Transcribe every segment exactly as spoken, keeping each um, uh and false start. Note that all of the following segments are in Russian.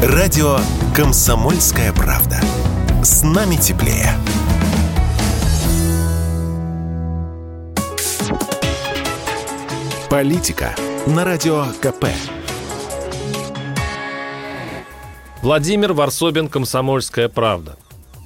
Радио «Комсомольская правда». С нами теплее. Политика на Радио КП. Владимир Варсобин, «Комсомольская правда».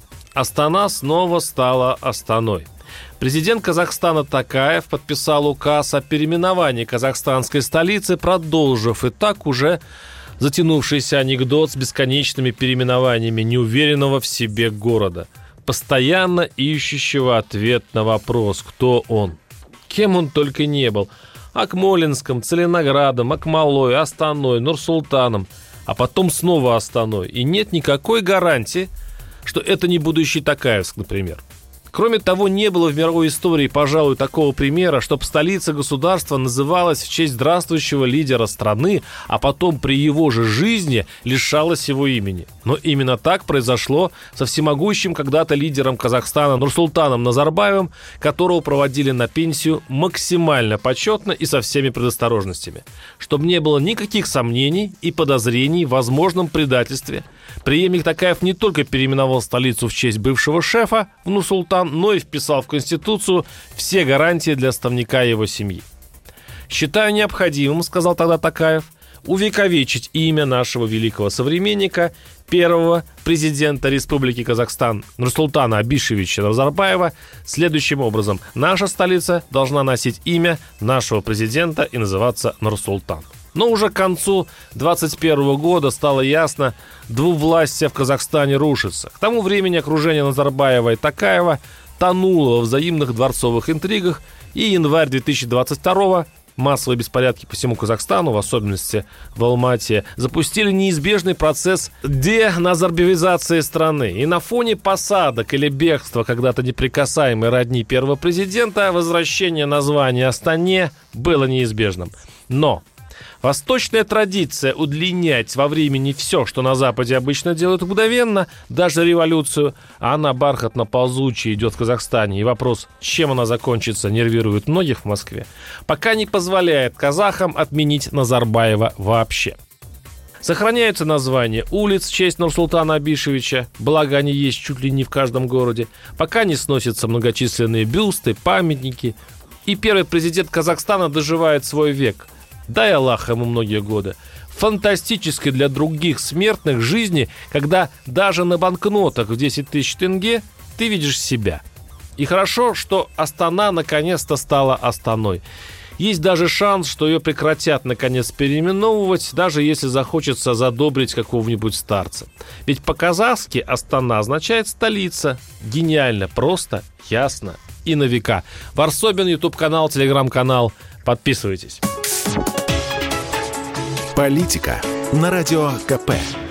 Астана снова стала Астаной. Президент Казахстана Токаев подписал указ о переименовании казахстанской столицы, продолжив и так уже затянувшийся анекдот с бесконечными переименованиями неуверенного в себе города, постоянно ищущего ответ на вопрос, кто он. Кем он только не был. Акмолинском, Целиноградом, Акмолой, Астаной, Нур-Султаном, а потом снова Астаной. И нет никакой гарантии, что это не будущий Токаевск, например. Кроме того, не было в мировой истории, пожалуй, такого примера, чтобы столица государства называлась в честь здравствующего лидера страны, а потом при его же жизни лишалась его имени. Но именно так произошло со всемогущим когда-то лидером Казахстана Нурсултаном Назарбаевым, которого проводили на пенсию максимально почетно и со всеми предосторожностями. Чтобы не было никаких сомнений и подозрений в возможном предательстве, преемник Токаев не только переименовал столицу в честь бывшего шефа в Нур-Султан, но и вписал в Конституцию все гарантии для отставника и его семьи. «Считаю необходимым, — сказал тогда Токаев, — увековечить имя нашего великого современника, первого президента Республики Казахстан Нурсултана Абишевича Назарбаева следующим образом. Наша столица должна носить имя нашего президента и называться Нур-Султан». Но уже к концу двадцать первого года стало ясно, двувластие в Казахстане рушится. К тому времени окружение Назарбаева и Токаева тонуло во взаимных дворцовых интригах, и январь две тысячи двадцать второго массовые беспорядки по всему Казахстану, в особенности в Алмате, запустили неизбежный процесс деназарбаевизации страны. И на фоне посадок или бегства когда-то неприкасаемой родни первого президента возвращение названия Астане было неизбежным. Но восточная традиция удлинять во времени все, что на Западе обычно делают мгновенно, даже революцию, а она бархатно-ползучая идет в Казахстане, и вопрос, чем она закончится, нервирует многих в Москве, пока не позволяет казахам отменить Назарбаева вообще. Сохраняются названия улиц в честь Нурсултана Абишевича, благо они есть чуть ли не в каждом городе, пока не сносятся многочисленные бюсты, памятники, и первый президент Казахстана доживает свой век. Дай Аллах ему многие годы. Фантастической для других смертных жизни, когда даже на банкнотах в десять тысяч тенге ты видишь себя. И хорошо, что Астана наконец-то стала Астаной. Есть даже шанс, что ее прекратят наконец переименовывать, даже если захочется задобрить какого-нибудь старца. Ведь по-казахски Астана означает столица. Гениально, просто, ясно и на века. Варсобин, ютуб-канал, телеграм-канал. Подписывайтесь. Политика на Радио КП.